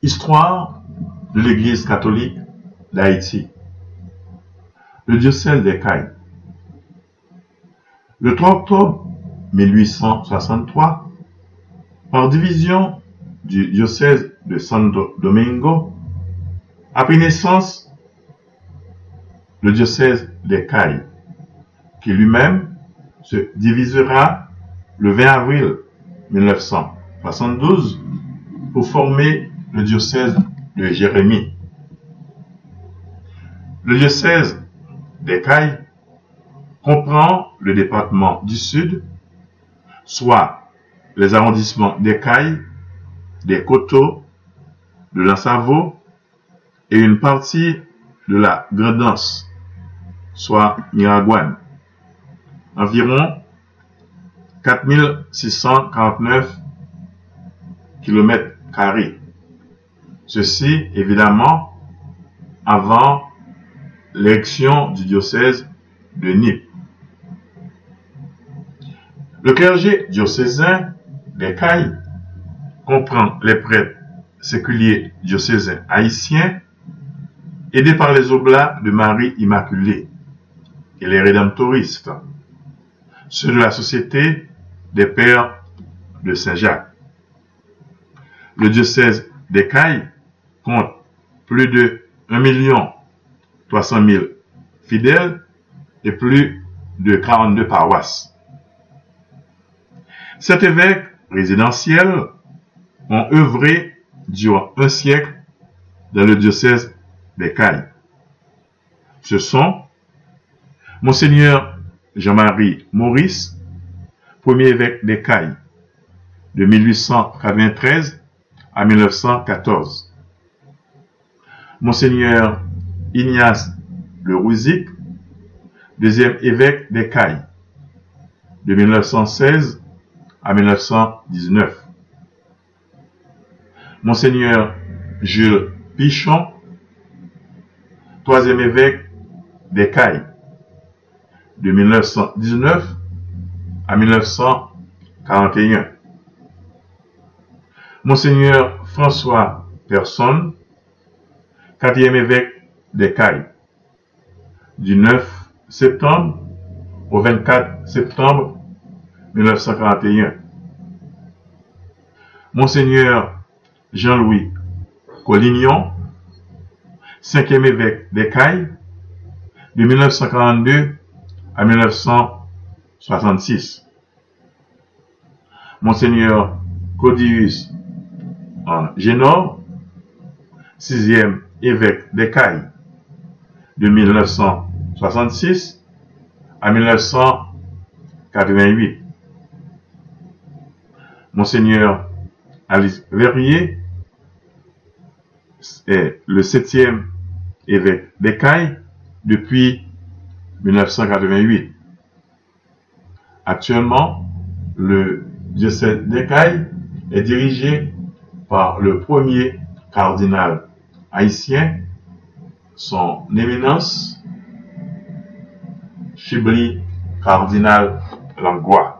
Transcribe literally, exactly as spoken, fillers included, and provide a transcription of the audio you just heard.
Histoire de l'Église catholique d'Haïti. Le diocèse d'Écailles. Le trois octobre mille huit cent soixante-trois, par division du diocèse de Santo Domingo, a pris naissance le diocèse d'Écailles, qui lui-même se divisera le vingt avril mille neuf cent soixante-douze pour former le diocèse de Jérémie. Le diocèse d'Écailles comprend le département du Sud, soit les arrondissements d'Écailles, des Coteaux, de l'Ansavo et une partie de la Grand'Anse, soit Miragoâne. Environ quatre mille six cent quarante-neuf kilomètres carrés. Ceci, évidemment, avant l'élection du diocèse de Nîmes. Le clergé diocésain d'Écailles comprend les prêtres séculiers diocésains haïtiens aidés par les oblats de Marie Immaculée et les rédemptoristes, ceux de la Société des Pères de Saint-Jacques. Le diocèse d'Écailles compte plus de un million trois cent mille fidèles et plus de quarante-deux paroisses. Sept évêques résidentiels ont œuvré durant un siècle dans le diocèse d'Écailles. Ce sont Monseigneur Jean-Marie Maurice, premier évêque d'Écailles, de mille huit cent quatre-vingt-treize à mille neuf cent quatorze. Monseigneur Ignace Le Rouzic, deuxième évêque d'Écailles, de mille neuf cent seize à mille neuf cent dix-neuf. Monseigneur Jules Pichon, troisième évêque d'Écailles, de mille neuf cent dix-neuf à mille neuf cent quarante et un. Monseigneur François Personne, quatrième évêque d'Écailles, du neuf septembre au vingt-quatre septembre mille neuf cent quarante et un. Monseigneur Jean-Louis Collignon, cinquième évêque d'Écailles, de mille neuf cent quarante-deux à mille neuf cent soixante-six. Monseigneur Codius en Génor, sixième évêque d'Écailles, de mille neuf cent soixante-six à mille neuf cent quatre-vingt-huit. Monseigneur Alice Verrier est le septième évêque d'Écailles depuis mille neuf cent quatre-vingt-huit. Actuellement, le diocèse d'Écailles est dirigé par le premier cardinal haïtien, son éminence Chibli Cardinal Langlois.